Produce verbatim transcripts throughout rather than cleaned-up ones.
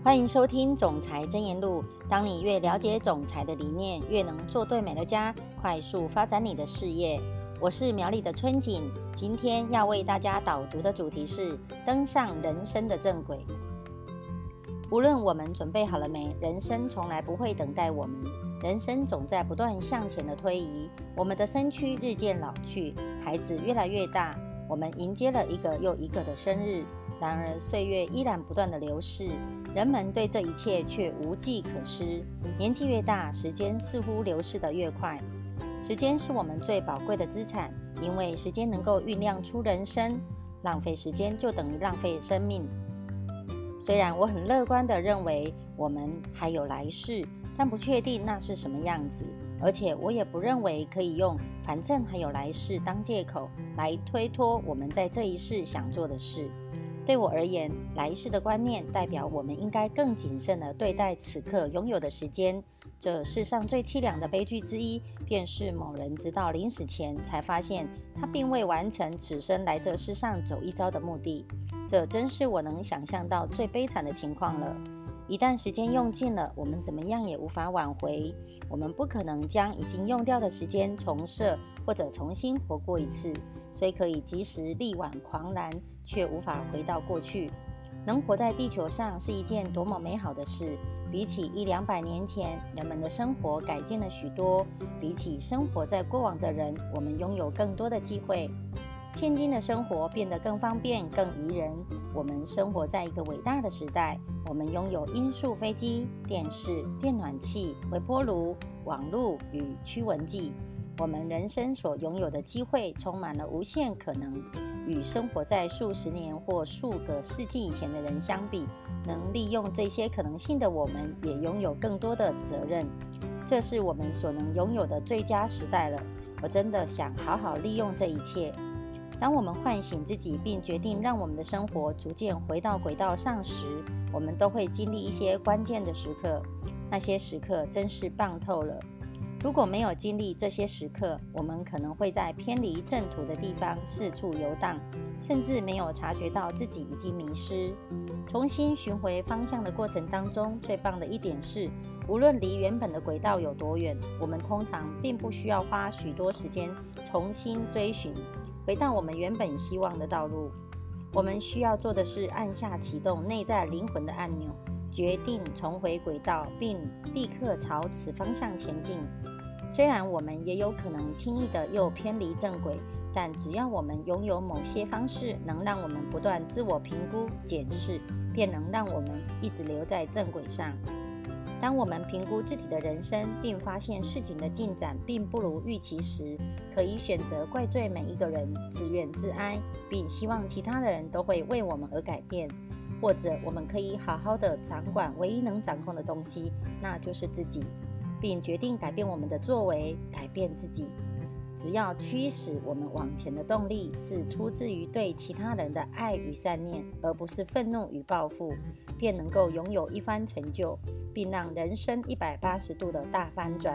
欢迎收听总裁真言录。当你越了解总裁的理念，越能做对美乐家，快速发展你的事业。我是苗栗的春景，今天要为大家导读的主题是登上人生的正轨。无论我们准备好了没，人生从来不会等待我们，人生总在不断向前的推移。我们的身躯日渐老去，孩子越来越大，我们迎接了一个又一个的生日。然而岁月依然不断的流逝，人们对这一切却无计可施。年纪越大，时间似乎流逝得越快。时间是我们最宝贵的资产，因为时间能够酝酿出人生，浪费时间就等于浪费生命。虽然我很乐观地认为我们还有来世，但不确定那是什么样子，而且我也不认为可以用反正还有来世当借口来推脱我们在这一世想做的事。对我而言，来世的观念代表我们应该更谨慎地对待此刻拥有的时间。这世上最凄凉的悲剧之一，便是某人直到临死前才发现他并未完成此生来这世上走一遭的目的。这真是我能想象到最悲惨的情况了。一旦时间用尽了，我们怎么样也无法挽回。我们不可能将已经用掉的时间重设或者重新活过一次，虽可以及时力挽狂澜，却无法回到过去。能活在地球上是一件多么美好的事！比起一两百年前，人们的生活改进了许多；比起生活在过往的人，我们拥有更多的机会。现今的生活变得更方便、更宜人。我们生活在一个伟大的时代，我们拥有音速飞机、电视、电暖气、微波炉、网络与驱蚊剂。我们人生所拥有的机会充满了无限可能。与生活在数十年或数个世纪以前的人相比，能利用这些可能性的我们，也拥有更多的责任。这是我们所能拥有的最佳时代了。我真的想好好利用这一切。当我们唤醒自己，并决定让我们的生活逐渐回到轨道上时，我们都会经历一些关键的时刻。那些时刻真是棒透了。如果没有经历这些时刻，我们可能会在偏离正途的地方四处游荡，甚至没有察觉到自己已经迷失。重新寻回方向的过程当中，最棒的一点是，无论离原本的轨道有多远，我们通常并不需要花许多时间重新追寻回到我们原本希望的道路。我们需要做的是按下启动内在灵魂的按钮，决定重回轨道，并立刻朝此方向前进。虽然我们也有可能轻易的又偏离正轨，但只要我们拥有某些方式能让我们不断自我评估检视，便能让我们一直留在正轨上。当我们评估自己的人生，并发现事情的进展并不如预期时，可以选择怪罪每一个人，自怨自哀，并希望其他的人都会为我们而改变。或者我们可以好好的掌管唯一能掌控的东西，那就是自己，并决定改变我们的作为，改变自己。只要驱使我们往前的动力是出自于对其他人的爱与善念，而不是愤怒与报复，便能够拥有一番成就，并让人生一百八十度的大翻转。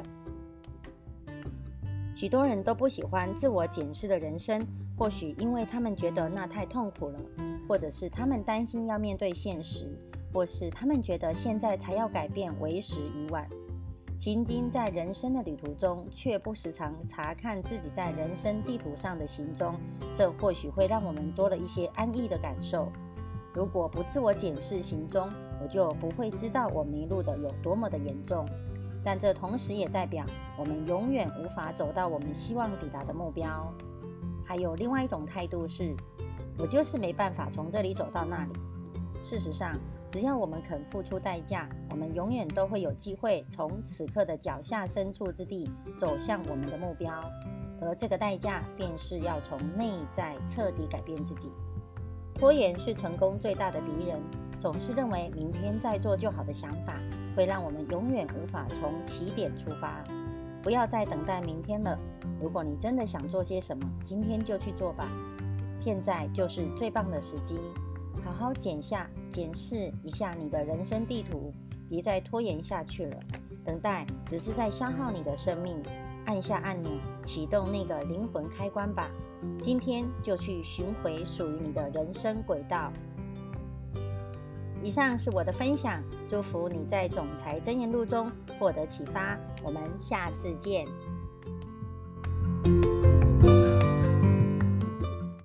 许多人都不喜欢自我检视的人生，或许因为他们觉得那太痛苦了，或者是他们担心要面对现实，或是他们觉得现在才要改变为时已晚。行经在人生的旅途中，却不时常查看自己在人生地图上的行踪，这或许会让我们多了一些安逸的感受。如果不自我检视行踪，我就不会知道我迷路的有多么的严重。但这同时也代表我们永远无法走到我们希望抵达的目标。还有另外一种态度是，我就是没办法从这里走到那里。事实上，只要我们肯付出代价，我们永远都会有机会从此刻的脚下深处之地走向我们的目标。而这个代价便是要从内在彻底改变自己。拖延是成功最大的敌人，总是认为明天再做就好的想法，会让我们永远无法从起点出发。不要再等待明天了，如果你真的想做些什么，今天就去做吧。现在就是最棒的时机，好好检下、检视一下你的人生地图，别再拖延下去了。等待只是在消耗你的生命，按下按钮，启动那个灵魂开关吧。今天就去寻回属于你的人生轨道。 以上是我的分享，祝福你在总裁箴言录中获得启发。我们下次见。